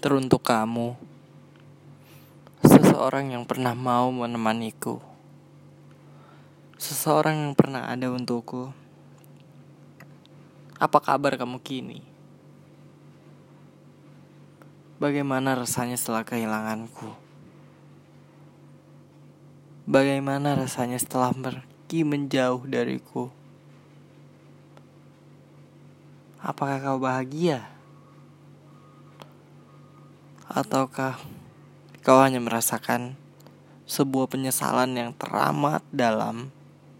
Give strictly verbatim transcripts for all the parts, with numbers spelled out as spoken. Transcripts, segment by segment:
Teruntuk kamu, seseorang yang pernah mau menemaniku, seseorang yang pernah ada untukku. Apa kabar kamu kini? Bagaimana rasanya setelah kehilanganku? Bagaimana rasanya setelah pergi menjauh dariku? Apakah kau bahagia? Ataukah kau hanya merasakan sebuah penyesalan yang teramat dalam?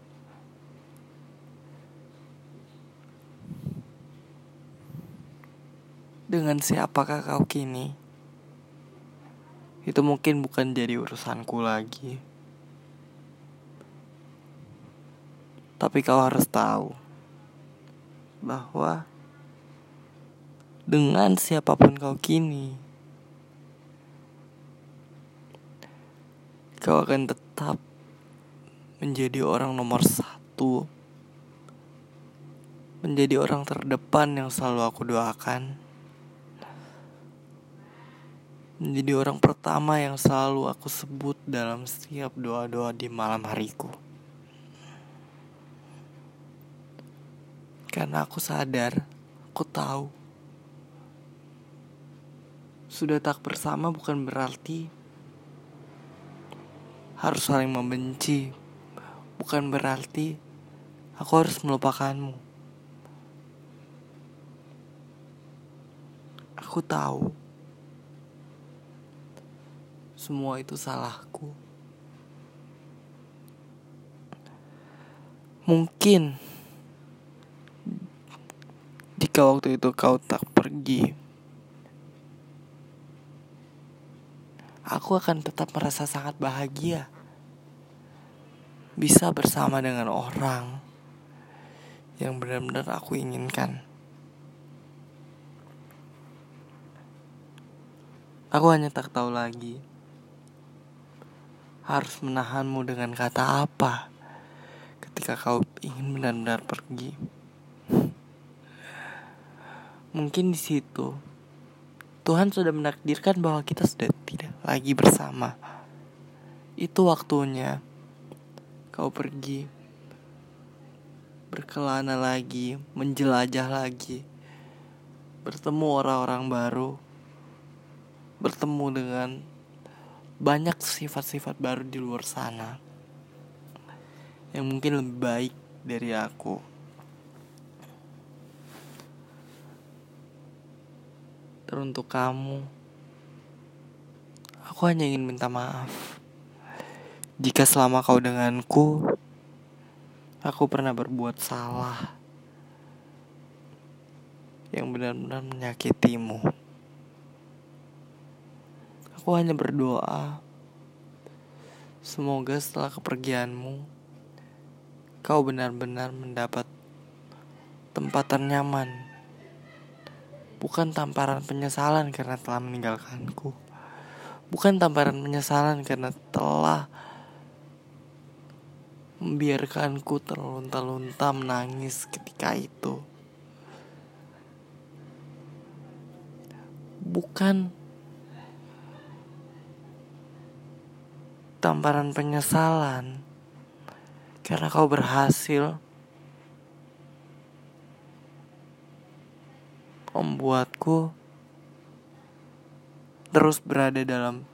Dengan siapakah kau kini? Itu mungkin bukan jadi urusanku lagi. Tapi kau harus tahu bahwa dengan siapapun kau kini, kau akan tetap menjadi orang nomor satu, menjadi orang terdepan yang selalu aku doakan, menjadi orang pertama yang selalu aku sebut dalam setiap doa-doa di malam hariku. Karena aku sadar, aku tahu, sudah tak bersama bukan berarti harus saling membenci, bukan berarti aku harus melupakanmu. Aku tahu semua itu salahku. Mungkin jika waktu itu kau tak pergi, aku akan tetap merasa sangat bahagia bisa bersama dengan orang yang benar-benar aku inginkan. Aku hanya tak tahu lagi harus menahanmu dengan kata apa ketika kau ingin benar-benar pergi. Mungkin di situ Tuhan sudah menakdirkan bahwa kita sudah tidak lagi bersama. Itu waktunya kau pergi, berkelana lagi, menjelajah lagi, bertemu orang-orang baru, bertemu dengan banyak sifat-sifat baru di luar sana yang mungkin lebih baik dari aku. Teruntuk kamu, aku hanya ingin minta maaf jika selama kau denganku, aku pernah berbuat salah yang benar-benar menyakitimu. Aku hanya berdoa, semoga setelah kepergianmu, kau benar-benar mendapat tempat ternyaman. Bukan tamparan penyesalan karena telah meninggalkanku. Bukan tamparan penyesalan karena telah membiarkanku terlunta-lunta menangis ketika itu. Bukan tamparan penyesalan karena kau berhasil membuatku terus berada dalam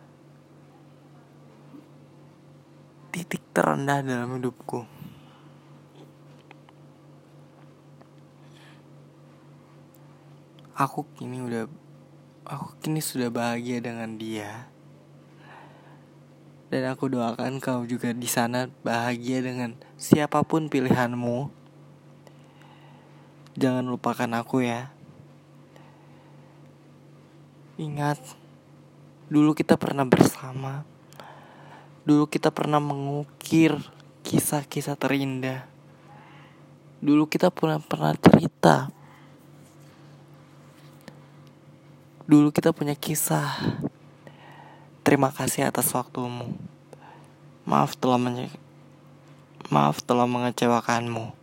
titik terendah dalam hidupku. Aku kini udah Aku kini sudah bahagia dengan dia. Dan aku doakan kau juga di sana bahagia dengan siapapun pilihanmu. Jangan lupakan aku ya. Ingat, dulu kita pernah bersama. Dulu kita pernah mengukir kisah-kisah terindah. Dulu kita pernah pernah cerita. Dulu kita punya kisah. Terima kasih atas waktumu. Maaf telah menye- Maaf telah mengecewakanmu.